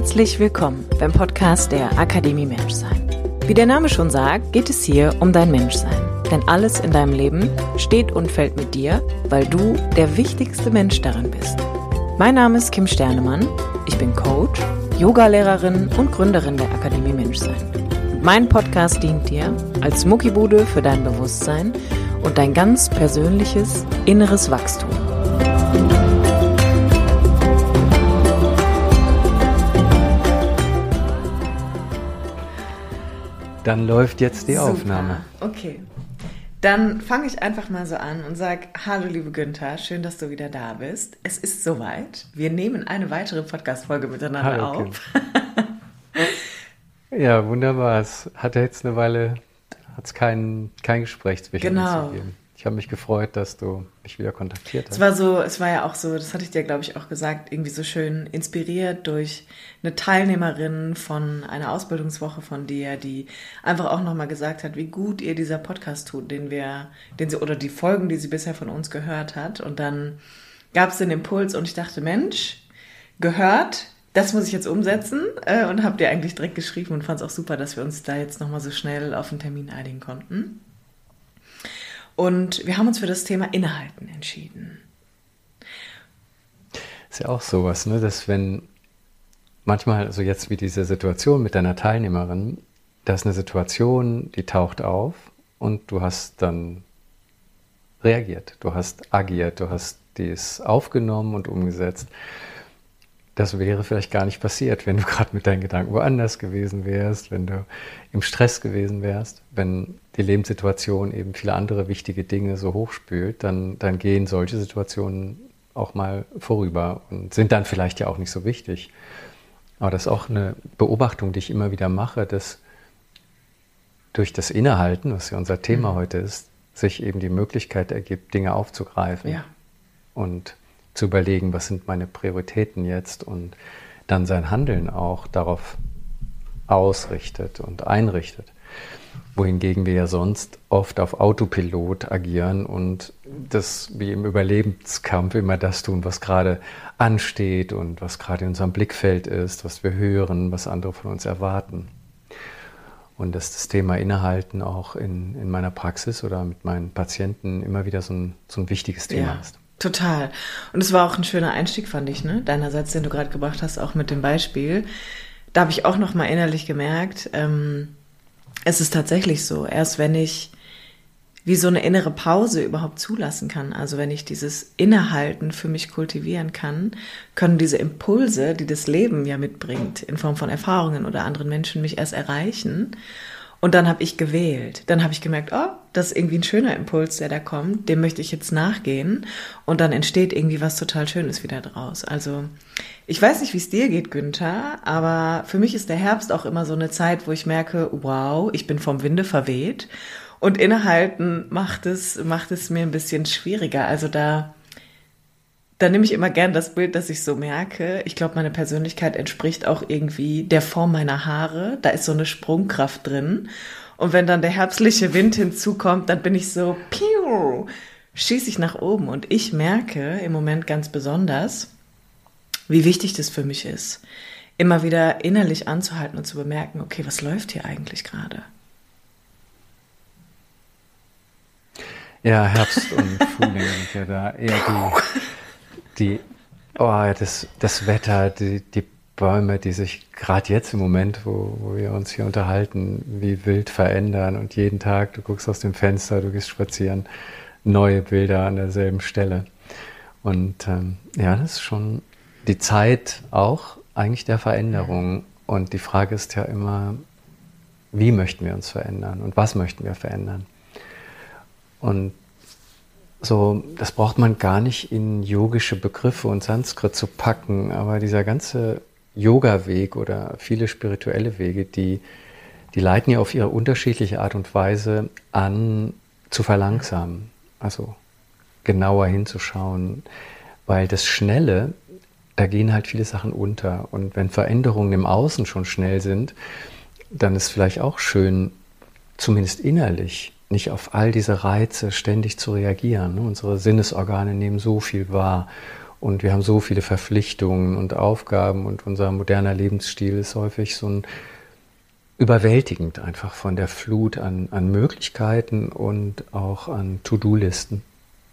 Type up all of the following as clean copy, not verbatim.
Herzlich willkommen beim Podcast der Akademie Menschsein. Wie der Name schon sagt, geht es hier um dein Menschsein. Denn alles in deinem Leben steht und fällt mit dir, weil du der wichtigste Mensch darin bist. Mein Name ist Kim Sternemann, ich bin Coach, Yogalehrerin und Gründerin der Akademie Menschsein. Und mein Podcast dient dir als Muckibude für dein Bewusstsein und dein ganz persönliches inneres Wachstum. Dann läuft jetzt die Aufnahme. Okay. Dann fange ich einfach mal so an und sage, hallo liebe Günther, schön, dass du wieder da bist. Es ist soweit. Wir nehmen eine weitere Podcast-Folge miteinander auf. Ja, wunderbar. Es hat ja jetzt eine Weile, hat es kein Gespräch zwischen uns gegeben. Ich habe mich gefreut, dass du mich wieder kontaktiert hast. Es war ja auch so, das hatte ich dir, glaube ich, auch gesagt, irgendwie so schön inspiriert durch eine Teilnehmerin von einer Ausbildungswoche von dir, die einfach auch nochmal gesagt hat, wie gut ihr dieser Podcast tut, oder die Folgen, die sie bisher von uns gehört hat. Und dann gab es den Impuls und ich dachte, Mensch, gehört, das muss ich jetzt umsetzen, und habe dir eigentlich direkt geschrieben und fand es auch super, dass wir uns da jetzt nochmal so schnell auf einen Termin einigen konnten. Und wir haben uns für das Thema Innehalten entschieden. Ist ja auch sowas, ne? Dass wenn manchmal, also jetzt wie diese Situation mit deiner Teilnehmerin, da ist eine Situation, die taucht auf und du hast dann reagiert, du hast agiert, du hast dies aufgenommen und umgesetzt. Das wäre vielleicht gar nicht passiert, wenn du gerade mit deinen Gedanken woanders gewesen wärst, wenn du im Stress gewesen wärst, wenn die Lebenssituation eben viele andere wichtige Dinge so hochspült, dann gehen solche Situationen auch mal vorüber und sind dann vielleicht ja auch nicht so wichtig. Aber das ist auch eine Beobachtung, die ich immer wieder mache, dass durch das Innehalten, was ja unser Thema heute ist, sich eben die Möglichkeit ergibt, Dinge aufzugreifen und zu überlegen, was sind meine Prioritäten jetzt und dann sein Handeln auch darauf ausrichtet und einrichtet. Wohingegen wir ja sonst oft auf Autopilot agieren und das wie im Überlebenskampf immer das tun, was gerade ansteht und was gerade in unserem Blickfeld ist, was wir hören, was andere von uns erwarten. Und dass das Thema Innehalten auch in meiner Praxis oder mit meinen Patienten immer wieder so ein wichtiges Thema ist. Total. Und es war auch ein schöner Einstieg, fand ich, ne? Deiner Satz, den du gerade gebracht hast, auch mit dem Beispiel. Da habe ich auch noch mal innerlich gemerkt, es ist tatsächlich so, erst wenn ich wie so eine innere Pause überhaupt zulassen kann, also wenn ich dieses Innehalten für mich kultivieren kann, können diese Impulse, die das Leben ja mitbringt, in Form von Erfahrungen oder anderen Menschen, mich erst erreichen. Und dann habe ich gewählt. Dann habe ich gemerkt, das ist irgendwie ein schöner Impuls, der da kommt, dem möchte ich jetzt nachgehen. Und dann entsteht irgendwie was total Schönes wieder draus. Also ich weiß nicht, wie es dir geht, Günther, aber für mich ist der Herbst auch immer so eine Zeit, wo ich merke, wow, ich bin vom Winde verweht. Und Innehalten macht es mir ein bisschen schwieriger. Also da nehme ich immer gern das Bild, dass ich so merke, ich glaube, meine Persönlichkeit entspricht auch irgendwie der Form meiner Haare. Da ist so eine Sprungkraft drin. Und wenn dann der herbstliche Wind hinzukommt, dann bin ich so, schieße ich nach oben. Und ich merke im Moment ganz besonders, wie wichtig das für mich ist, immer wieder innerlich anzuhalten und zu bemerken, okay, was läuft hier eigentlich gerade? Ja, Herbst und Frühling sind ja da eher das Wetter, die Bäume, die sich gerade jetzt im Moment, wo wir uns hier unterhalten, wie wild verändern und jeden Tag, du guckst aus dem Fenster, du gehst spazieren, neue Bilder an derselben Stelle. Und das ist schon die Zeit auch eigentlich der Veränderung. Und die Frage ist ja immer, wie möchten wir uns verändern und was möchten wir verändern? Und so, das braucht man gar nicht in yogische Begriffe und Sanskrit zu packen, aber dieser ganze Yoga-Weg oder viele spirituelle Wege, die leiten ja auf ihre unterschiedliche Art und Weise an, zu verlangsamen, also genauer hinzuschauen, weil das Schnelle, da gehen halt viele Sachen unter und wenn Veränderungen im Außen schon schnell sind, dann ist vielleicht auch schön, zumindest innerlich, nicht auf all diese Reize ständig zu reagieren. Unsere Sinnesorgane nehmen so viel wahr Und wir haben so viele Verpflichtungen und Aufgaben und unser moderner Lebensstil ist häufig so ein überwältigend einfach von der Flut an Möglichkeiten und auch an To-Do-Listen.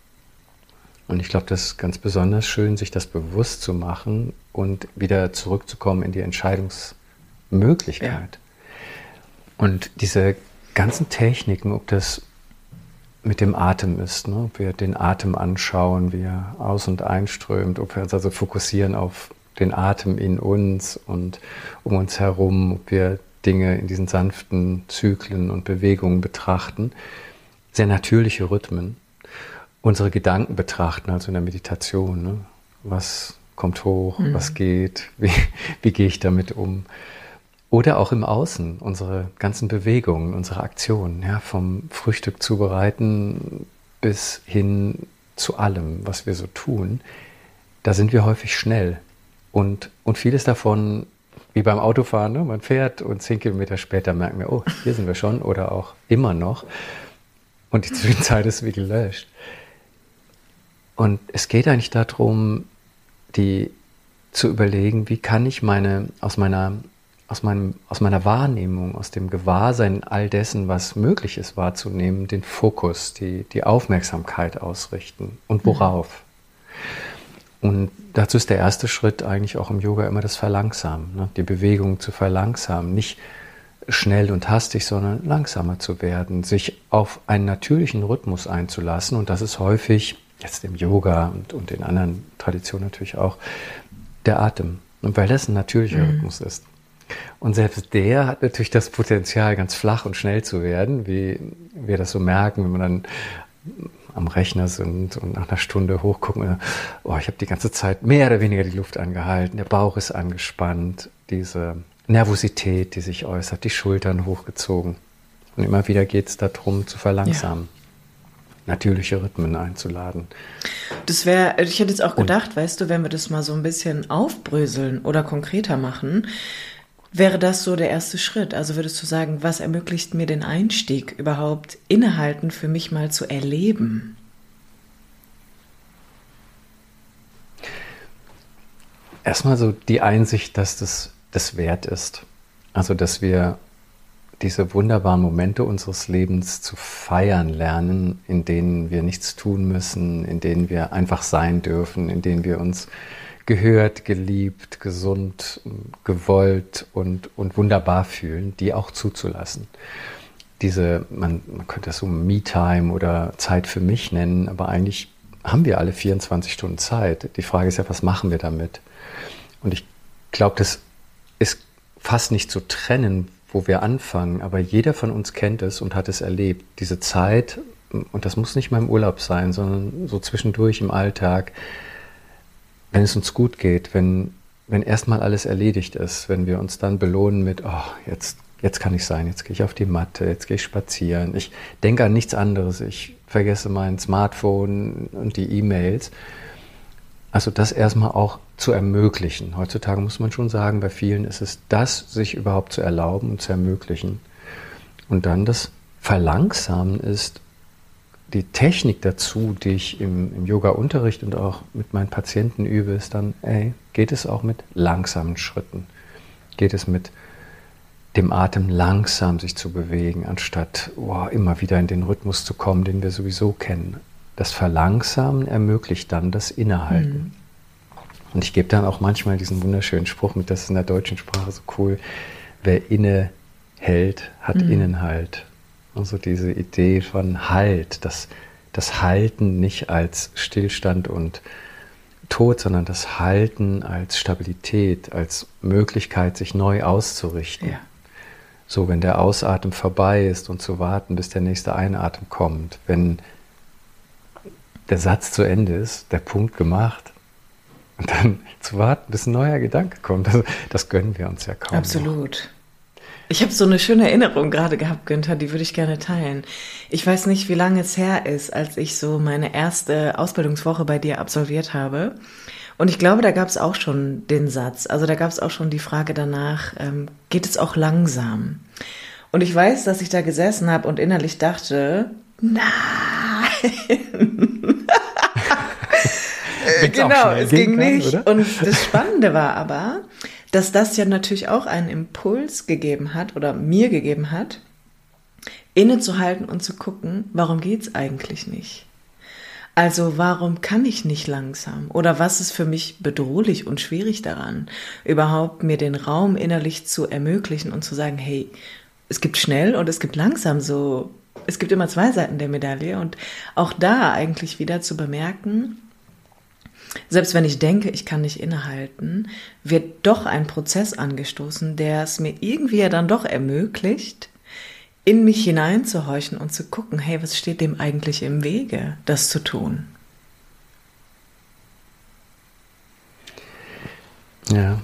Und ich glaube, das ist ganz besonders schön, sich das bewusst zu machen und wieder zurückzukommen in die Entscheidungsmöglichkeit. Ja. Und diese ganzen Techniken, ob das mit dem Atem ist, ne? Ob wir den Atem anschauen, wie er aus- und einströmt, ob wir uns also fokussieren auf den Atem in uns und um uns herum, ob wir Dinge in diesen sanften Zyklen und Bewegungen betrachten, sehr natürliche Rhythmen. Unsere Gedanken betrachten, also in der Meditation, ne? Was kommt hoch, was geht, wie gehe ich damit um? Oder auch im Außen, unsere ganzen Bewegungen, unsere Aktionen, ja, vom Frühstück zubereiten bis hin zu allem, was wir so tun, da sind wir häufig schnell. Und vieles davon, wie beim Autofahren, ne? Man fährt und 10 Kilometer später merken wir, oh, hier sind wir schon oder auch immer noch. Und die Zwischenzeit ist wie gelöscht. Und es geht eigentlich darum, zu überlegen, wie kann ich aus meiner Wahrnehmung, aus dem Gewahrsein all dessen, was möglich ist wahrzunehmen, den Fokus, die Aufmerksamkeit ausrichten und worauf. Und dazu ist der erste Schritt eigentlich auch im Yoga immer das Verlangsamen, ne? Die Bewegung zu verlangsamen, nicht schnell und hastig, sondern langsamer zu werden, sich auf einen natürlichen Rhythmus einzulassen. Und das ist häufig, jetzt im Yoga und in anderen Traditionen natürlich auch, der Atem. Und weil das ein natürlicher Rhythmus ist. Und selbst der hat natürlich das Potenzial, ganz flach und schnell zu werden, wie wir das so merken, wenn wir dann am Rechner sind und nach einer Stunde hochgucken. Oh, ich habe die ganze Zeit mehr oder weniger die Luft angehalten, der Bauch ist angespannt, diese Nervosität, die sich äußert, die Schultern hochgezogen. Und immer wieder geht es darum, zu verlangsamen, natürliche Rhythmen einzuladen. Ich hätte jetzt auch gedacht, weißt du, wenn wir das mal so ein bisschen aufbröseln oder konkreter machen, wäre das so der erste Schritt? Also würdest du sagen, was ermöglicht mir den Einstieg überhaupt, Innehalten für mich mal zu erleben? Erstmal so die Einsicht, dass das wert ist. Also, dass wir diese wunderbaren Momente unseres Lebens zu feiern lernen, in denen wir nichts tun müssen, in denen wir einfach sein dürfen, in denen wir uns gehört, geliebt, gesund, gewollt und wunderbar fühlen, die auch zuzulassen. Man könnte das so Me-Time oder Zeit für mich nennen, aber eigentlich haben wir alle 24 Stunden Zeit. Die Frage ist ja, was machen wir damit? Und ich glaube, das ist fast nicht zu trennen, wo wir anfangen, aber jeder von uns kennt es und hat es erlebt. Diese Zeit, und das muss nicht mal im Urlaub sein, sondern so zwischendurch im Alltag, wenn es uns gut geht, wenn erstmal alles erledigt ist, wenn wir uns dann belohnen mit, oh, jetzt kann ich sein, jetzt gehe ich auf die Matte, jetzt gehe ich spazieren, ich denke an nichts anderes, ich vergesse mein Smartphone und die E-Mails. Also das erstmal auch zu ermöglichen. Heutzutage muss man schon sagen, bei vielen ist es das, sich überhaupt zu erlauben und zu ermöglichen. Und dann das Verlangsamen ist die Technik dazu, die ich im Yoga-Unterricht und auch mit meinen Patienten übe, ist dann, geht es auch mit langsamen Schritten? Geht es mit dem Atem langsam sich zu bewegen, anstatt immer wieder in den Rhythmus zu kommen, den wir sowieso kennen? Das Verlangsamen ermöglicht dann das Innehalten. Und ich gebe dann auch manchmal diesen wunderschönen Spruch mit, das ist in der deutschen Sprache so cool, wer inne hält, hat Innenhalt. Also diese Idee von Halt, das Halten nicht als Stillstand und Tod, sondern das Halten als Stabilität, als Möglichkeit, sich neu auszurichten. Ja. So, wenn der Ausatmen vorbei ist und zu warten, bis der nächste Einatmen kommt, wenn der Satz zu Ende ist, der Punkt gemacht, und dann zu warten, bis ein neuer Gedanke kommt. Das gönnen wir uns ja kaum. Absolut. Noch. Ich habe so eine schöne Erinnerung gerade gehabt, Günther, die würde ich gerne teilen. Ich weiß nicht, wie lange es her ist, als ich so meine erste Ausbildungswoche bei dir absolviert habe. Und ich glaube, da gab es auch schon den Satz, also da gab es auch schon die Frage danach, geht es auch langsam? Und ich weiß, dass ich da gesessen habe und innerlich dachte, nein. Genau, es ging nicht. Oder? Und das Spannende war aber, dass das ja natürlich auch einen Impuls gegeben hat oder mir gegeben hat, innezuhalten und zu gucken, warum geht's eigentlich nicht? Also warum kann ich nicht langsam? Oder was ist für mich bedrohlich und schwierig daran, überhaupt mir den Raum innerlich zu ermöglichen und zu sagen, hey, es gibt schnell und es gibt langsam so. Es gibt immer zwei Seiten der Medaille und auch da eigentlich wieder zu bemerken, selbst wenn ich denke, ich kann nicht innehalten, wird doch ein Prozess angestoßen, der es mir irgendwie ja dann doch ermöglicht, in mich hineinzuhorchen und zu gucken, hey, was steht dem eigentlich im Wege, das zu tun? Ja,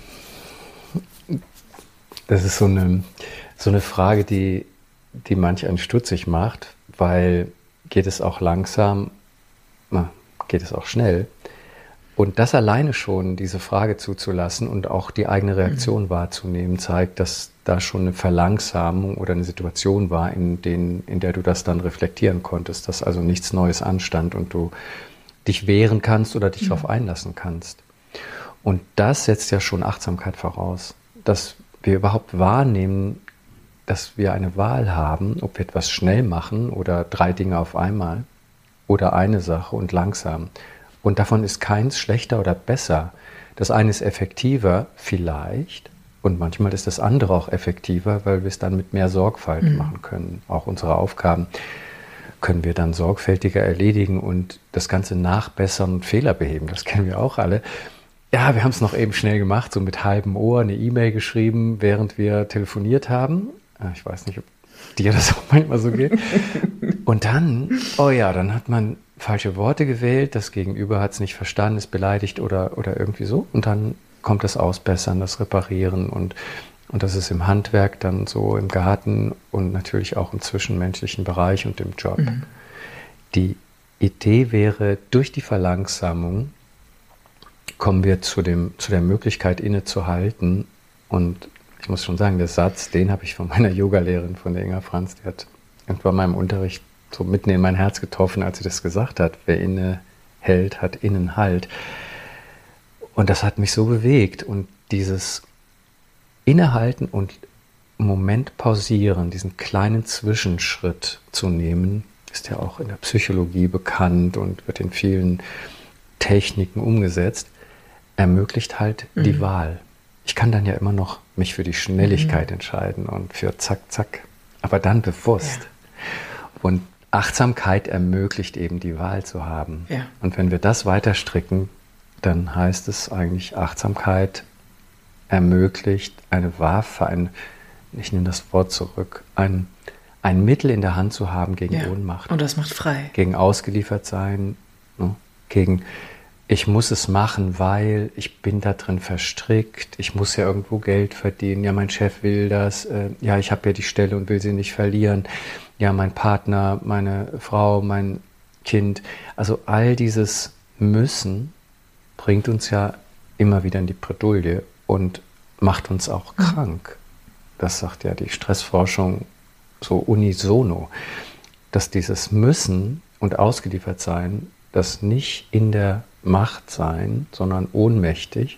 das ist so eine Frage, die manch einen stutzig macht, weil geht es auch langsam, geht es auch schnell? Und das alleine schon, diese Frage zuzulassen und auch die eigene Reaktion wahrzunehmen, zeigt, dass da schon eine Verlangsamung oder eine Situation war, in der du das dann reflektieren konntest, dass also nichts Neues anstand und du dich wehren kannst oder dich darauf einlassen kannst. Und das setzt ja schon Achtsamkeit voraus, dass wir überhaupt wahrnehmen, dass wir eine Wahl haben, ob wir etwas schnell machen oder 3 Dinge auf einmal oder eine Sache und langsam. Und davon ist keins schlechter oder besser. Das eine ist effektiver, vielleicht, und manchmal ist das andere auch effektiver, weil wir es dann mit mehr Sorgfalt machen können. Auch unsere Aufgaben können wir dann sorgfältiger erledigen und das Ganze nachbessern und Fehler beheben. Das kennen wir auch alle. Ja, wir haben es noch eben schnell gemacht, so mit halbem Ohr eine E-Mail geschrieben, während wir telefoniert haben. Ich weiß nicht, ob dir das auch manchmal so geht. Und dann, dann hat man falsche Worte gewählt, das Gegenüber hat es nicht verstanden, ist beleidigt oder irgendwie so. Und dann kommt das Ausbessern, das Reparieren und das ist im Handwerk dann so, im Garten und natürlich auch im zwischenmenschlichen Bereich und im Job. Die Idee wäre, durch die Verlangsamung kommen wir zu der Möglichkeit innezuhalten. Und ich muss schon sagen, der Satz, den habe ich von meiner Yogalehrerin, von der Inga Franz, die hat irgendwann in meinem Unterricht so mitten in mein Herz getroffen, als sie das gesagt hat. Wer inne hält, hat innen Halt. Und das hat mich so bewegt. Und dieses Innehalten und Moment pausieren, diesen kleinen Zwischenschritt zu nehmen, ist ja auch in der Psychologie bekannt und wird in vielen Techniken umgesetzt, ermöglicht halt die Wahl. Ich kann dann ja immer noch mich für die Schnelligkeit entscheiden und für zack, zack, aber dann bewusst. Ja. Und Achtsamkeit ermöglicht eben die Wahl zu haben. Ja. Und wenn wir das weiter stricken, dann heißt es eigentlich, Achtsamkeit ermöglicht eine Waffe, ich nehme das Wort zurück, ein Mittel in der Hand zu haben gegen Ohnmacht. Und das macht frei. Gegen ausgeliefert sein, gegen ich muss es machen, weil ich bin da drin verstrickt, ich muss ja irgendwo Geld verdienen, ja, mein Chef will das, ja, ich habe ja die Stelle und will sie nicht verlieren, ja, mein Partner, meine Frau, mein Kind, also all dieses Müssen bringt uns ja immer wieder in die Bredouille und macht uns auch krank. Das sagt ja die Stressforschung so unisono, dass dieses Müssen und ausgeliefert sein, das nicht in der Macht sein, sondern ohnmächtig,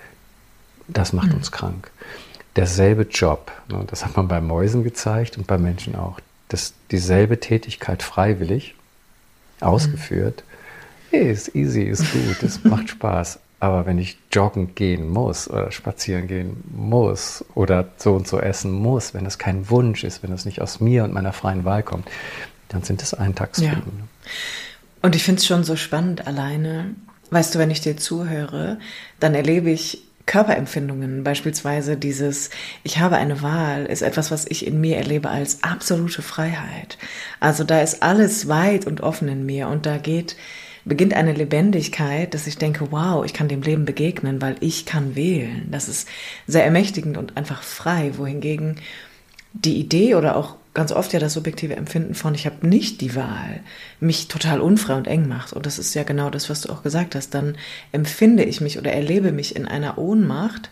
das macht uns krank. Derselbe Job, das hat man bei Mäusen gezeigt und bei Menschen auch, dass dieselbe Tätigkeit freiwillig ausgeführt, ist easy, ist gut, es macht Spaß. Aber wenn ich joggen gehen muss oder spazieren gehen muss oder so und so essen muss, wenn das kein Wunsch ist, wenn das nicht aus mir und meiner freien Wahl kommt, dann sind es Eintagsfliegen. Ja. Und ich finde es schon so spannend alleine, weißt du, wenn ich dir zuhöre, dann erlebe ich Körperempfindungen, beispielsweise dieses, ich habe eine Wahl, ist etwas, was ich in mir erlebe als absolute Freiheit. Also da ist alles weit und offen in mir und da beginnt eine Lebendigkeit, dass ich denke, wow, ich kann dem Leben begegnen, weil ich kann wählen. Das ist sehr ermächtigend und einfach frei, wohingegen die Idee oder auch ganz oft ja das subjektive Empfinden von, ich habe nicht die Wahl, mich total unfrei und eng macht. Und das ist ja genau das, was du auch gesagt hast. Dann empfinde ich mich oder erlebe mich in einer Ohnmacht,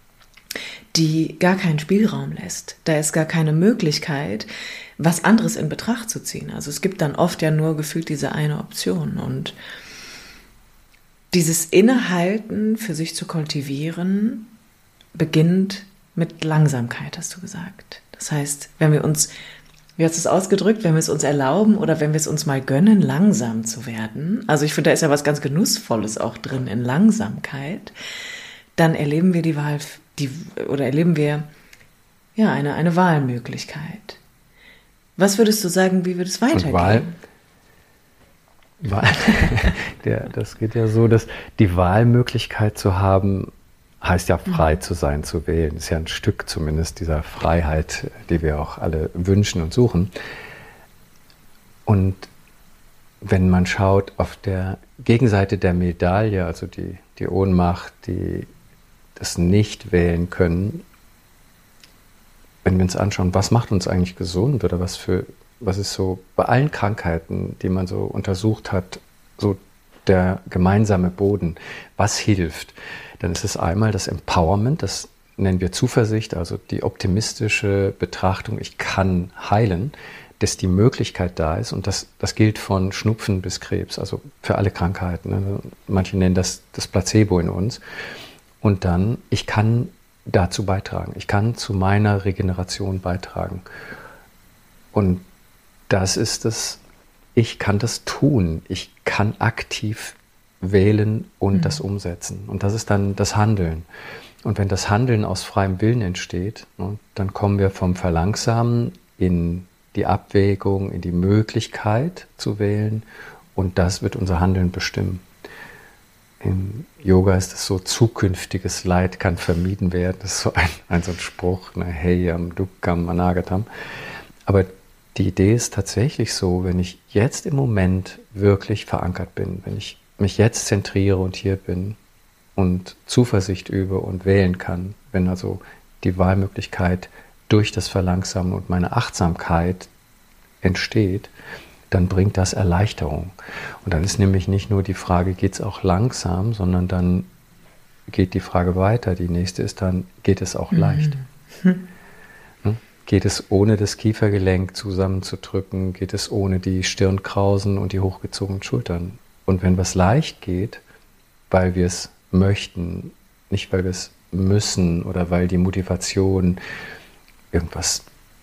die gar keinen Spielraum lässt. Da ist gar keine Möglichkeit, was anderes in Betracht zu ziehen. Also es gibt dann oft ja nur gefühlt diese eine Option. Und dieses Innehalten für sich zu kultivieren, beginnt mit Langsamkeit, hast du gesagt. Das heißt, wenn wir uns, wie hast du es ausgedrückt, wenn wir es uns erlauben oder wenn wir es uns mal gönnen, langsam zu werden, also ich finde, da ist ja was ganz Genussvolles auch drin in Langsamkeit, dann erleben wir erleben wir ja eine Wahlmöglichkeit. Was würdest du sagen, wie würde es weitergehen? Das geht ja so, dass die Wahlmöglichkeit zu haben, heißt ja frei zu sein, zu wählen. Das ist ja ein Stück zumindest dieser Freiheit, die wir auch alle wünschen und suchen. Und wenn man schaut auf der Gegenseite der Medaille, also die Ohnmacht, die das Nicht-Wählen können, wenn wir uns anschauen, was macht uns eigentlich gesund oder was ist so bei allen Krankheiten, die man so untersucht hat, so der gemeinsame Boden, was hilft, dann ist es einmal das Empowerment, das nennen wir Zuversicht, also die optimistische Betrachtung, ich kann heilen, dass die Möglichkeit da ist und das gilt von Schnupfen bis Krebs, also für alle Krankheiten. Also manche nennen das Placebo in uns. Und dann, ich kann dazu beitragen, ich kann zu meiner Regeneration beitragen. Und das ist es, ich kann das tun, ich kann aktiv wählen und das umsetzen. Und das ist dann das Handeln. Und wenn das Handeln aus freiem Willen entsteht, dann kommen wir vom Verlangsamen in die Abwägung, in die Möglichkeit zu wählen und das wird unser Handeln bestimmen. Im Yoga ist es so, zukünftiges Leid kann vermieden werden. Das ist so ein Spruch, Heyam, Dukkam, Anagatam. Aber die Idee ist tatsächlich so, wenn ich jetzt im Moment wirklich verankert bin, wenn ich mich jetzt zentriere und hier bin und Zuversicht übe und wählen kann, wenn also die Wahlmöglichkeit durch das Verlangsamen und meine Achtsamkeit entsteht, dann bringt das Erleichterung. Und dann ist nämlich nicht nur die Frage, geht es auch langsam, sondern dann geht die Frage weiter. Die nächste ist dann, geht es auch leicht? Geht es ohne das Kiefergelenk zusammenzudrücken? Geht es ohne die Stirnkrausen und die hochgezogenen Schultern? Und wenn was leicht geht, weil wir es möchten, nicht weil wir es müssen oder weil die Motivation irgendwas,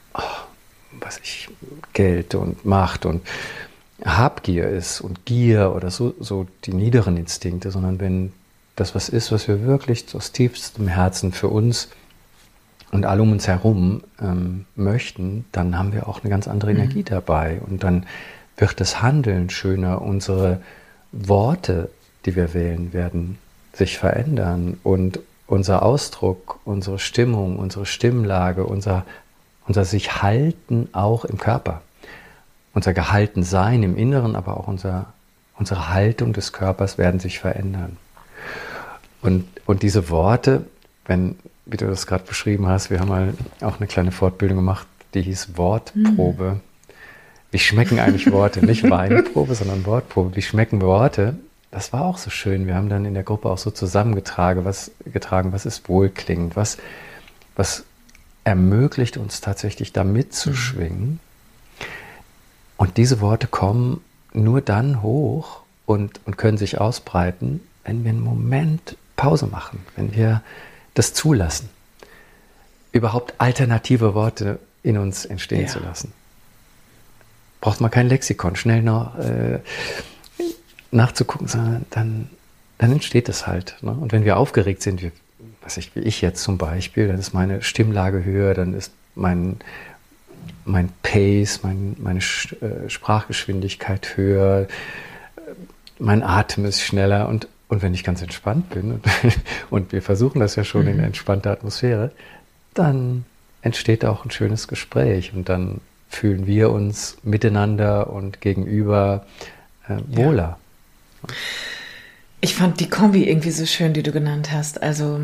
Geld und Macht und Habgier ist und Gier oder so die niederen Instinkte, sondern wenn das was ist, was wir wirklich aus tiefstem Herzen für uns und alle um uns herum möchten, dann haben wir auch eine ganz andere Energie dabei und dann wird das Handeln schöner, unsere Worte, die wir wählen, werden sich verändern und unser Ausdruck, unsere Stimmung, unsere Stimmlage, unser sich halten auch im Körper, unser Gehaltensein im Inneren, aber auch unsere Haltung des Körpers werden sich verändern. Und diese Worte, wie du das gerade beschrieben hast, wir haben mal auch eine kleine Fortbildung gemacht, die hieß Wortprobe. Wie schmecken eigentlich Worte? Nicht Weinprobe, sondern Wortprobe. Wie schmecken Worte? Das war auch so schön. Wir haben dann in der Gruppe auch so zusammengetragen, was ist wohlklingend, was ermöglicht uns tatsächlich da mitzuschwingen. Und diese Worte kommen nur dann hoch und können sich ausbreiten, wenn wir einen Moment Pause machen, wenn wir das zulassen, überhaupt alternative Worte in uns entstehen zu lassen. Braucht man kein Lexikon, schnell noch nachzugucken, sondern dann entsteht es halt. Ne? Und wenn wir aufgeregt sind, wie ich jetzt zum Beispiel, dann ist meine Stimmlage höher, dann ist mein Pace, meine Sprachgeschwindigkeit höher, mein Atem ist schneller und wenn ich ganz entspannt bin und wir versuchen das ja schon in entspannter Atmosphäre, dann entsteht auch ein schönes Gespräch und dann fühlen wir uns miteinander und gegenüber wohler. Ja. Ich fand die Kombi irgendwie so schön, die du genannt hast. Also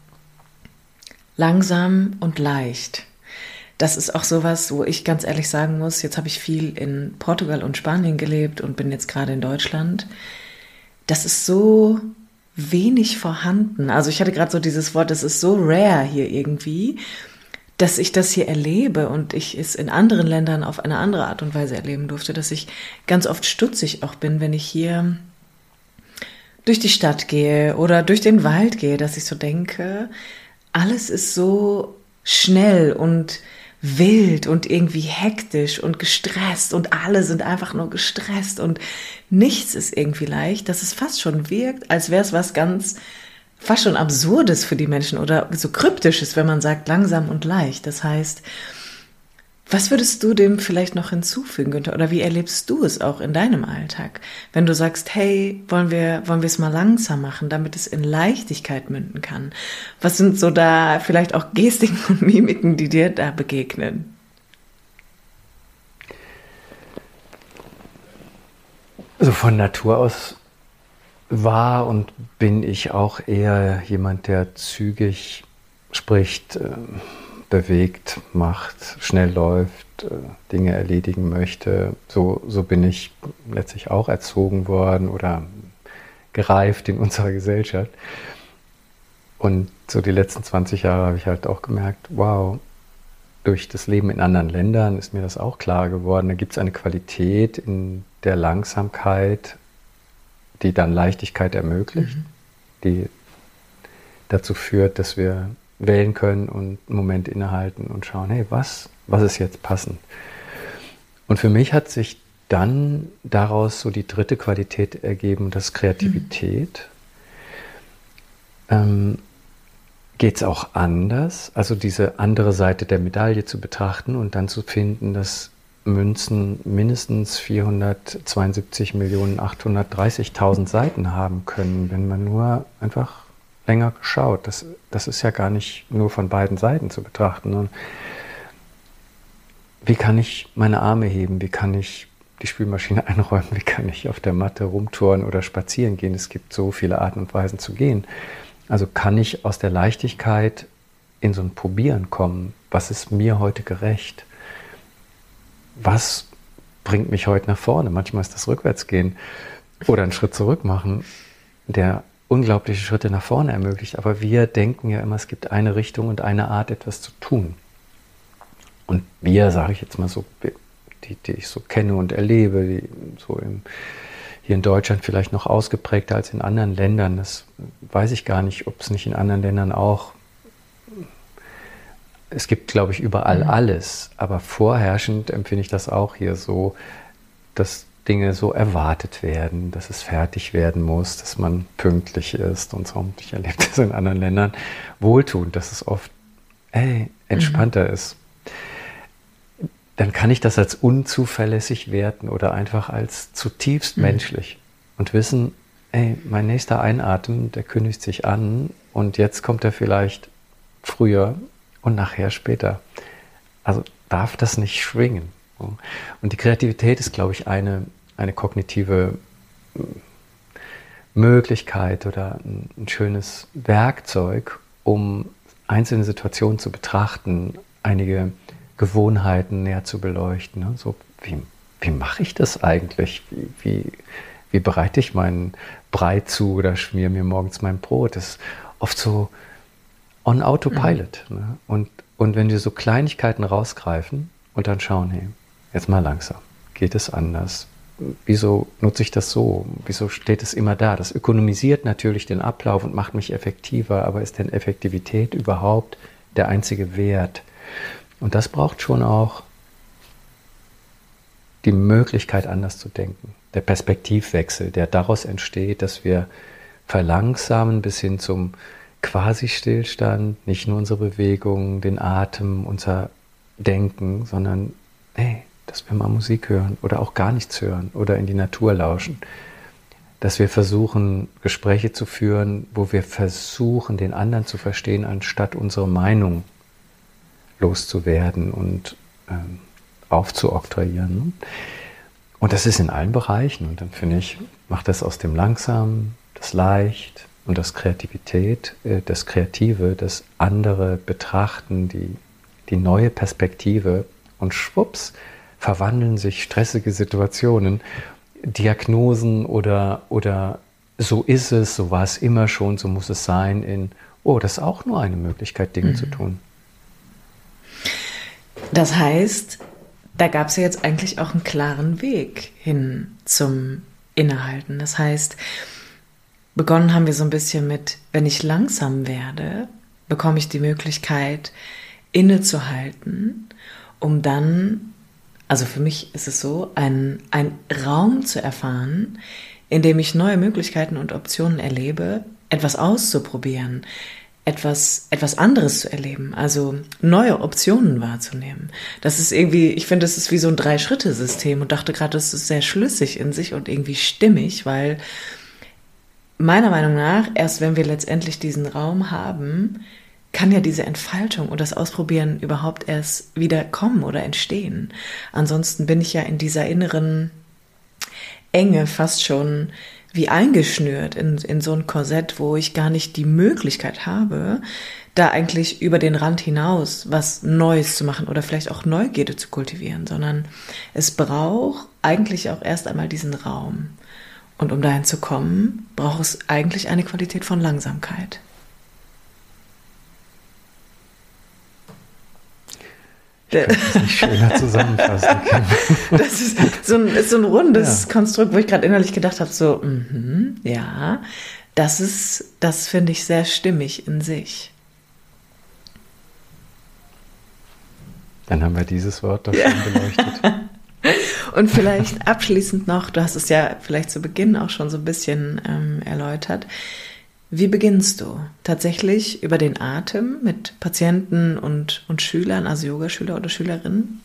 langsam und leicht. Das ist auch sowas, wo ich ganz ehrlich sagen muss, jetzt habe ich viel in Portugal und Spanien gelebt und bin jetzt gerade in Deutschland. Das ist so wenig vorhanden. Also ich hatte gerade so dieses Wort, das ist so rare hier irgendwie, dass ich das hier erlebe und ich es in anderen Ländern auf eine andere Art und Weise erleben durfte, dass ich ganz oft stutzig auch bin, wenn ich hier durch die Stadt gehe oder durch den Wald gehe, dass ich so denke, alles ist so schnell und wild und irgendwie hektisch und gestresst und alle sind einfach nur gestresst und nichts ist irgendwie leicht, dass es fast schon wirkt, als wäre es was ganz, fast schon Absurdes für die Menschen oder so Kryptisches, wenn man sagt langsam und leicht. Das heißt, was würdest du dem vielleicht noch hinzufügen, Günther? Oder wie erlebst du es auch in deinem Alltag? Wenn du sagst, hey, wollen wir es mal langsam machen, damit es in Leichtigkeit münden kann? Was sind so da vielleicht auch Gestiken und Mimiken, die dir da begegnen? Also von Natur aus war und bin ich auch eher jemand, der zügig spricht, bewegt, macht, schnell läuft, Dinge erledigen möchte. So bin ich letztlich auch erzogen worden oder gereift in unserer Gesellschaft. Und so die letzten 20 Jahre habe ich halt auch gemerkt, wow, durch das Leben in anderen Ländern ist mir das auch klar geworden. Da gibt es eine Qualität in der Langsamkeit, die dann Leichtigkeit ermöglicht, die dazu führt, dass wir wählen können und einen Moment innehalten und schauen, hey, was ist jetzt passend? Und für mich hat sich dann daraus so die dritte Qualität ergeben, das Kreativität. Geht es auch anders, also diese andere Seite der Medaille zu betrachten und dann zu finden, dass Münzen mindestens 472.830.000 Seiten haben können, wenn man nur einfach länger geschaut. Das ist ja gar nicht nur von beiden Seiten zu betrachten. Und wie kann ich meine Arme heben? Wie kann ich die Spülmaschine einräumen? Wie kann ich auf der Matte rumtouren oder spazieren gehen? Es gibt so viele Arten und Weisen zu gehen. Also kann ich aus der Leichtigkeit in so ein Probieren kommen? Was ist mir heute gerecht? Was bringt mich heute nach vorne? Manchmal ist das Rückwärtsgehen oder einen Schritt zurück machen, der unglaubliche Schritte nach vorne ermöglicht. Aber wir denken ja immer, es gibt eine Richtung und eine Art, etwas zu tun. Und wir, sage ich jetzt mal so, die ich so kenne und erlebe, die so hier in Deutschland vielleicht noch ausgeprägter als in anderen Ländern. Das weiß ich gar nicht, ob es nicht in anderen Ländern auch. Es gibt, glaube ich, überall alles. Aber vorherrschend empfinde ich das auch hier so, dass Dinge so erwartet werden, dass es fertig werden muss, dass man pünktlich ist und so. Und ich erlebe das in anderen Ländern wohltuend, dass es oft entspannter ist. Dann kann ich das als unzuverlässig werten oder einfach als zutiefst menschlich und wissen, mein nächster Einatmen, der kündigt sich an und jetzt kommt er vielleicht früher und nachher später. Also darf das nicht schwingen. Und die Kreativität ist, glaube ich, eine kognitive Möglichkeit oder ein schönes Werkzeug, um einzelne Situationen zu betrachten, einige Gewohnheiten näher zu beleuchten. Ne? So, wie mache ich das eigentlich? Wie bereite ich meinen Brei zu oder schmiere mir morgens mein Brot? Das ist oft so on Autopilot. Ne? Und wenn wir so Kleinigkeiten rausgreifen und dann schauen, hey, jetzt mal langsam, geht es anders? Wieso nutze ich das so? Wieso steht es immer da? Das ökonomisiert natürlich den Ablauf und macht mich effektiver, aber ist denn Effektivität überhaupt der einzige Wert? Und das braucht schon auch die Möglichkeit, anders zu denken. Der Perspektivwechsel, der daraus entsteht, dass wir verlangsamen bis hin zum Quasi-Stillstand, nicht nur unsere Bewegungen, den Atem, unser Denken, sondern dass wir mal Musik hören oder auch gar nichts hören oder in die Natur lauschen. Dass wir versuchen, Gespräche zu führen, wo wir versuchen, den anderen zu verstehen, anstatt unsere Meinung loszuwerden und aufzuoktroyieren. Und das ist in allen Bereichen. Und dann finde ich, macht das aus dem Langsamen, das Leicht und das Kreativität, das Kreative, das andere Betrachten, die neue Perspektive. Und schwupps, verwandeln sich stressige Situationen, Diagnosen oder so ist es, so war es immer schon, so muss es sein, in, das ist auch nur eine Möglichkeit, Dinge zu tun. Das heißt, da gab es ja jetzt eigentlich auch einen klaren Weg hin zum Innehalten. Das heißt, begonnen haben wir so ein bisschen mit, wenn ich langsam werde, bekomme ich die Möglichkeit, innezuhalten, um dann, also für mich ist es so, einen Raum zu erfahren, in dem ich neue Möglichkeiten und Optionen erlebe, etwas auszuprobieren, etwas anderes zu erleben, also neue Optionen wahrzunehmen. Das ist irgendwie, ich finde, das ist wie so ein 3-Schritte-System und dachte gerade, das ist sehr schlüssig in sich und irgendwie stimmig, weil meiner Meinung nach, erst wenn wir letztendlich diesen Raum haben, kann ja diese Entfaltung und das Ausprobieren überhaupt erst wieder kommen oder entstehen. Ansonsten bin ich ja in dieser inneren Enge fast schon wie eingeschnürt in so ein Korsett, wo ich gar nicht die Möglichkeit habe, da eigentlich über den Rand hinaus was Neues zu machen oder vielleicht auch Neugierde zu kultivieren, sondern es braucht eigentlich auch erst einmal diesen Raum. Und um dahin zu kommen, braucht es eigentlich eine Qualität von Langsamkeit. Ich kann das nicht schöner zusammenfassen. Das ist so ein rundes Konstrukt, wo ich gerade innerlich gedacht habe, so, ja, das finde ich sehr stimmig in sich. Dann haben wir dieses Wort doch schon beleuchtet. Und vielleicht abschließend noch, du hast es ja vielleicht zu Beginn auch schon so ein bisschen erläutert, wie beginnst du? Tatsächlich über den Atem mit Patienten und Schülern, also Yogaschüler oder Schülerinnen?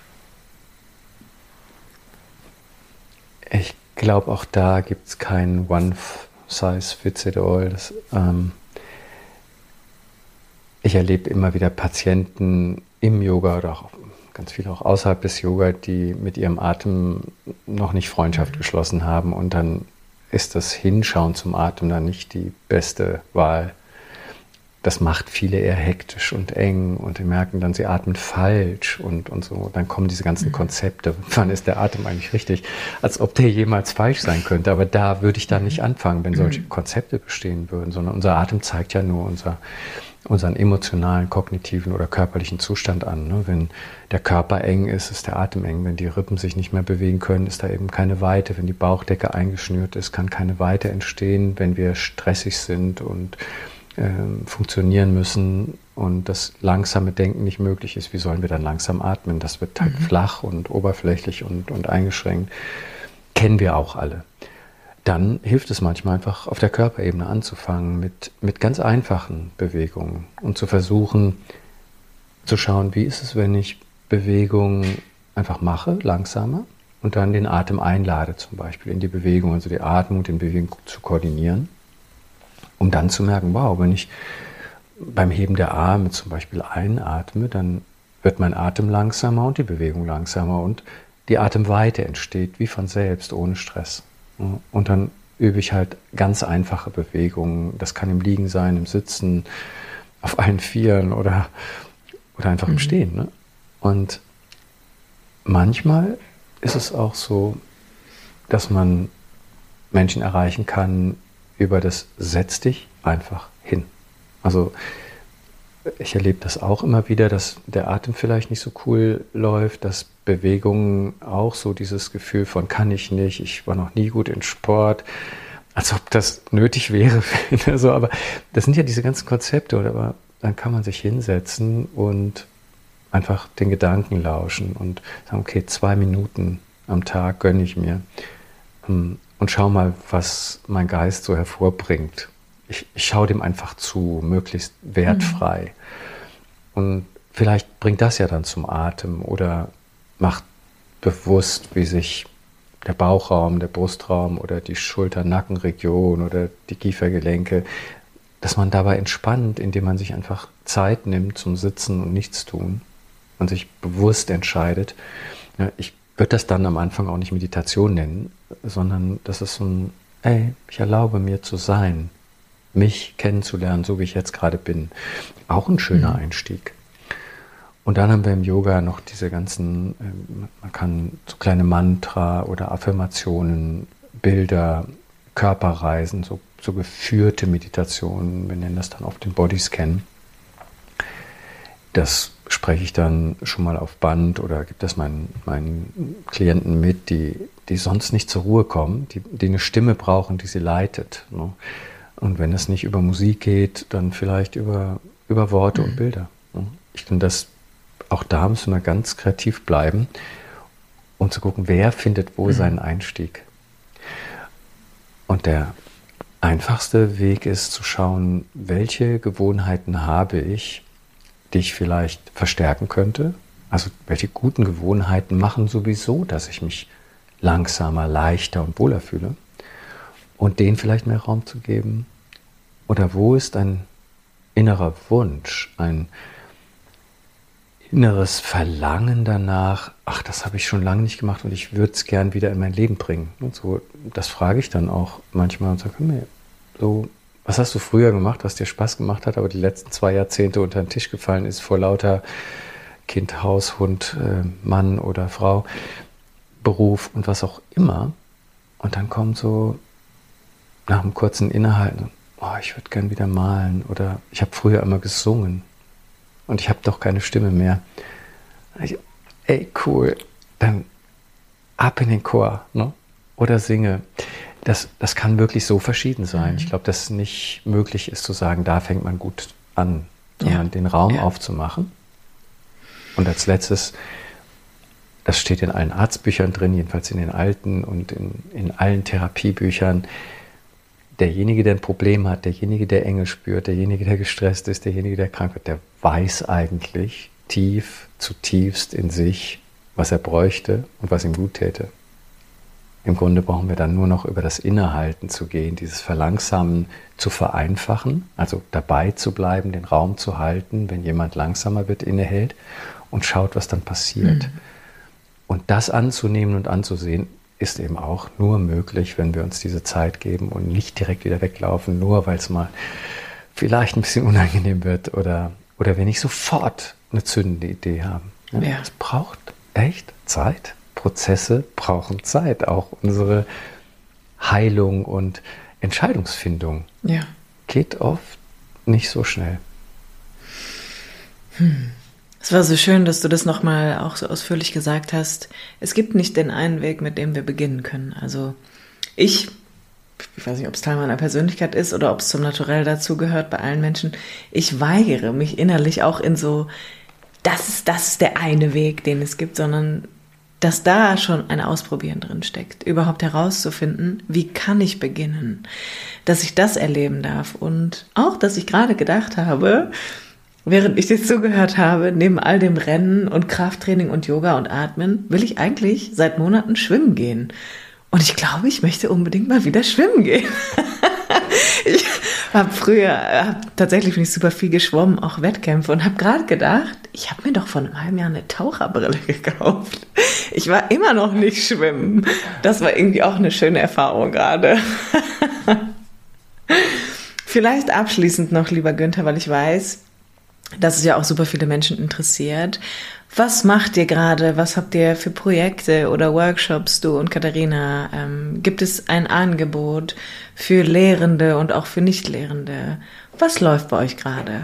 Ich glaube, auch da gibt es kein One-Size-Fits-it-all. Ich erlebe immer wieder Patienten im Yoga oder auch ganz viele auch außerhalb des Yoga, die mit ihrem Atem noch nicht Freundschaft geschlossen haben und dann ist das Hinschauen zum Atem dann nicht die beste Wahl. Das macht viele eher hektisch und eng und die merken dann, sie atmen falsch und so. Dann kommen diese ganzen Konzepte. Wann ist der Atem eigentlich richtig? Als ob der jemals falsch sein könnte. Aber da würde ich dann nicht anfangen, wenn solche Konzepte bestehen würden, sondern unser Atem zeigt ja nur unseren emotionalen, kognitiven oder körperlichen Zustand an. Ne? Wenn der Körper eng ist, ist der Atem eng. Wenn die Rippen sich nicht mehr bewegen können, ist da eben keine Weite. Wenn die Bauchdecke eingeschnürt ist, kann keine Weite entstehen. Wenn wir stressig sind und funktionieren müssen und das langsame Denken nicht möglich ist, wie sollen wir dann langsam atmen? Das wird halt flach und oberflächlich und eingeschränkt. Kennen wir auch alle. Dann hilft es manchmal einfach auf der Körperebene anzufangen mit ganz einfachen Bewegungen und zu versuchen zu schauen, wie ist es, wenn ich Bewegungen einfach mache, langsamer und dann den Atem einlade zum Beispiel in die Bewegung, also die Atmung und den Bewegung zu koordinieren, um dann zu merken, wow, wenn ich beim Heben der Arme zum Beispiel einatme, dann wird mein Atem langsamer und die Bewegung langsamer und die Atemweite entsteht wie von selbst, ohne Stress. Und dann übe ich halt ganz einfache Bewegungen. Das kann im Liegen sein, im Sitzen, auf allen Vieren oder einfach im Stehen. Ne? Und manchmal ist es auch so, dass man Menschen erreichen kann über das Setz dich einfach hin. Also ich erlebe das auch immer wieder, dass der Atem vielleicht nicht so cool läuft, dass Bewegungen auch so dieses Gefühl von kann ich nicht, ich war noch nie gut in Sport, als ob das nötig wäre. So, aber das sind ja diese ganzen Konzepte, aber dann kann man sich hinsetzen und einfach den Gedanken lauschen und sagen, okay, 2 Minuten am Tag gönne ich mir und schau mal, was mein Geist so hervorbringt. Ich schaue dem einfach zu, möglichst wertfrei. Und vielleicht bringt das ja dann zum Atem oder macht bewusst, wie sich der Bauchraum, der Brustraum oder die Schulter-Nackenregion oder die Kiefergelenke, dass man dabei entspannt, indem man sich einfach Zeit nimmt zum Sitzen und Nichtstun und sich bewusst entscheidet. Ja, ich würde das dann am Anfang auch nicht Meditation nennen, sondern das ist so ein, ich erlaube mir zu sein, mich kennenzulernen, so wie ich jetzt gerade bin. Auch ein schöner Einstieg. Und dann haben wir im Yoga noch diese ganzen, man kann so kleine Mantra oder Affirmationen, Bilder, Körperreisen, so geführte Meditationen, wir nennen das dann oft den Bodyscan. Das spreche ich dann schon mal auf Band oder gebe das meinen Klienten mit, die sonst nicht zur Ruhe kommen, die eine Stimme brauchen, die sie leitet. Ne? Und wenn es nicht über Musik geht, dann vielleicht über Worte und Bilder. Ne? Ich finde, auch da müssen wir ganz kreativ bleiben und zu gucken, wer findet wo seinen Einstieg. Und der einfachste Weg ist zu schauen, welche Gewohnheiten habe ich, die ich vielleicht verstärken könnte. Also welche guten Gewohnheiten machen sowieso, dass ich mich langsamer, leichter und wohler fühle. Und denen vielleicht mehr Raum zu geben. Oder wo ist ein innerer Wunsch, ein inneres Verlangen danach, ach, das habe ich schon lange nicht gemacht und ich würde es gern wieder in mein Leben bringen. Und so, das frage ich dann auch manchmal und sage, so, was hast du früher gemacht, was dir Spaß gemacht hat, aber die letzten 2 Jahrzehnte unter den Tisch gefallen ist vor lauter Kind, Haus, Hund, Mann oder Frau, Beruf und was auch immer. Und dann kommt so nach einem kurzen Innehalten, oh, ich würde gern wieder malen oder ich habe früher immer gesungen. Und ich habe doch keine Stimme mehr. Ey, cool, dann ab in den Chor, ne? Oder singe. Das kann wirklich so verschieden sein. Ich glaube, dass es nicht möglich ist zu sagen, da fängt man gut an, sondern den Raum aufzumachen. Und als letztes, das steht in allen Arztbüchern drin, jedenfalls in den alten und in allen Therapiebüchern, derjenige, der ein Problem hat, derjenige, der Engel spürt, derjenige, der gestresst ist, derjenige, der krank wird, der weiß eigentlich zutiefst in sich, was er bräuchte und was ihm gut täte. Im Grunde brauchen wir dann nur noch über das Innehalten zu gehen, dieses Verlangsamen zu vereinfachen, also dabei zu bleiben, den Raum zu halten, wenn jemand langsamer wird, innehält und schaut, was dann passiert. Und das anzunehmen und anzusehen, ist eben auch nur möglich, wenn wir uns diese Zeit geben und nicht direkt wieder weglaufen, nur weil es mal vielleicht ein bisschen unangenehm wird oder wir nicht sofort eine zündende Idee haben. Ja. Es braucht echt Zeit. Prozesse brauchen Zeit. Auch unsere Heilung und Entscheidungsfindung geht oft nicht so schnell. Es war so schön, dass du das nochmal auch so ausführlich gesagt hast. Es gibt nicht den einen Weg, mit dem wir beginnen können. Also ich weiß nicht, ob es Teil meiner Persönlichkeit ist oder ob es zum Naturell dazugehört bei allen Menschen. Ich weigere mich innerlich auch in so, das ist der eine Weg, den es gibt, sondern dass da schon ein Ausprobieren drin steckt, überhaupt herauszufinden, wie kann ich beginnen, dass ich das erleben darf und auch, dass ich gerade gedacht habe, während ich dir zugehört habe, neben all dem Rennen und Krafttraining und Yoga und Atmen, will ich eigentlich seit Monaten schwimmen gehen. Und ich glaube, ich möchte unbedingt mal wieder schwimmen gehen. Ich habe tatsächlich bin ich super viel geschwommen, auch Wettkämpfe, und habe gerade gedacht, ich habe mir doch vor einem halben Jahr eine Taucherbrille gekauft. Ich war immer noch nicht schwimmen. Das war irgendwie auch eine schöne Erfahrung gerade. Vielleicht abschließend noch, lieber Günther, weil ich weiß, dass es ja auch super viele Menschen interessiert. Was macht ihr gerade? Was habt ihr für Projekte oder Workshops, du und Katharina? Gibt es ein Angebot für Lehrende und auch für Nichtlehrende? Was läuft bei euch gerade?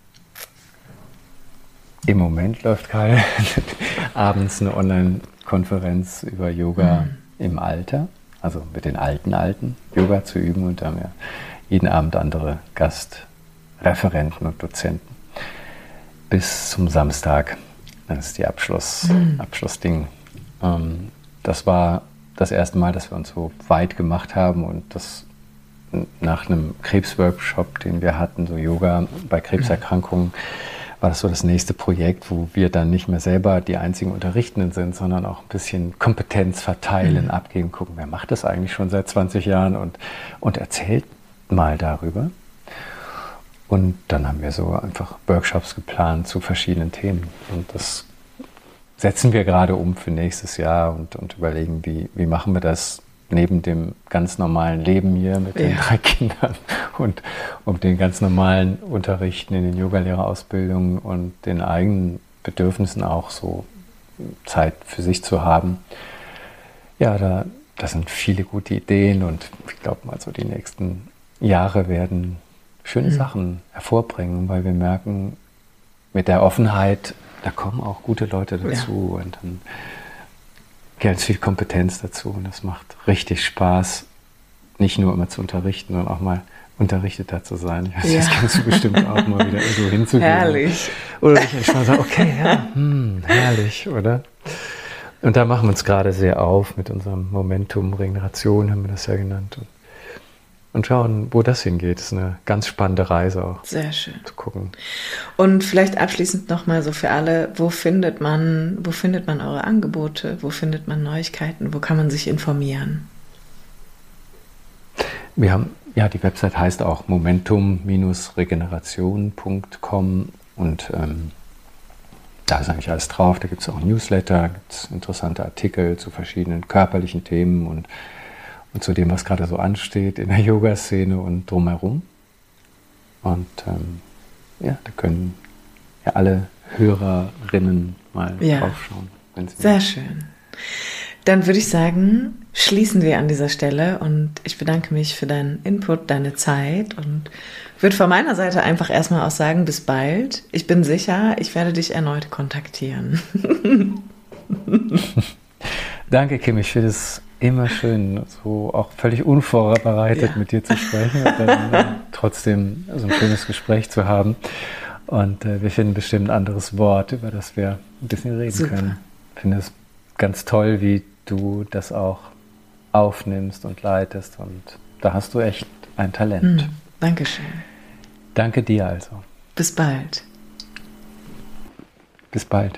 Im Moment läuft gerade abends eine Online-Konferenz über Yoga im Alter, also mit den Alten Yoga zu üben, und da haben wir jeden Abend andere Gastreferenten und Dozenten. Bis zum Samstag. Das ist die Abschlussding. Das war das erste Mal, dass wir uns so weit gemacht haben, und das nach einem Krebsworkshop, den wir hatten, so Yoga bei Krebserkrankungen, war das so das nächste Projekt, wo wir dann nicht mehr selber die einzigen Unterrichtenden sind, sondern auch ein bisschen Kompetenz verteilen, abgeben, gucken, wer macht das eigentlich schon seit 20 Jahren und erzählt mal darüber. Und dann haben wir so einfach Workshops geplant zu verschiedenen Themen. Und das setzen wir gerade um für nächstes Jahr und überlegen, wie machen wir das neben dem ganz normalen Leben hier mit den 3 Kindern und um den ganz normalen Unterrichten in den Yogalehrerausbildungen und den eigenen Bedürfnissen auch so Zeit für sich zu haben. Ja, da sind viele gute Ideen, und ich glaube mal so die nächsten Jahre werden schöne Sachen hervorbringen, weil wir merken, mit der Offenheit da kommen auch gute Leute dazu und dann ganz viel Kompetenz dazu und das macht richtig Spaß, nicht nur immer zu unterrichten, sondern auch mal Unterrichteter zu sein. Ich weiß, das kannst du bestimmt auch mal wieder irgendwo hinzugehen. Herrlich. Oder ich mal sagen, okay, ja, herrlich, oder? Und da machen wir uns gerade sehr auf mit unserem Momentum Regeneration, haben wir das ja genannt. Und schauen, wo das hingeht. Das ist eine ganz spannende Reise auch. Sehr schön. Zu gucken. Und vielleicht abschließend nochmal so für alle, wo findet man eure Angebote? Wo findet man Neuigkeiten? Wo kann man sich informieren? Wir haben, die Website heißt auch momentum-regeneration.com und da ist eigentlich alles drauf. Da gibt es auch ein Newsletter, da gibt es interessante Artikel zu verschiedenen körperlichen Themen und zu dem, was gerade so ansteht in der Yoga-Szene und drumherum. Und da können ja alle Hörerinnen mal draufschauen. Sehr schön. Dann würde ich sagen, schließen wir an dieser Stelle und ich bedanke mich für deinen Input, deine Zeit und würde von meiner Seite einfach erstmal auch sagen, bis bald. Ich bin sicher, ich werde dich erneut kontaktieren. Danke, Kim, ich finde es immer schön, so auch völlig unvorbereitet mit dir zu sprechen und dann trotzdem so ein schönes Gespräch zu haben. Und wir finden bestimmt ein anderes Wort, über das wir ein bisschen reden können. Ich finde es ganz toll, wie du das auch aufnimmst und leitest. Und da hast du echt ein Talent. Dankeschön. Danke dir also. Bis bald. Bis bald.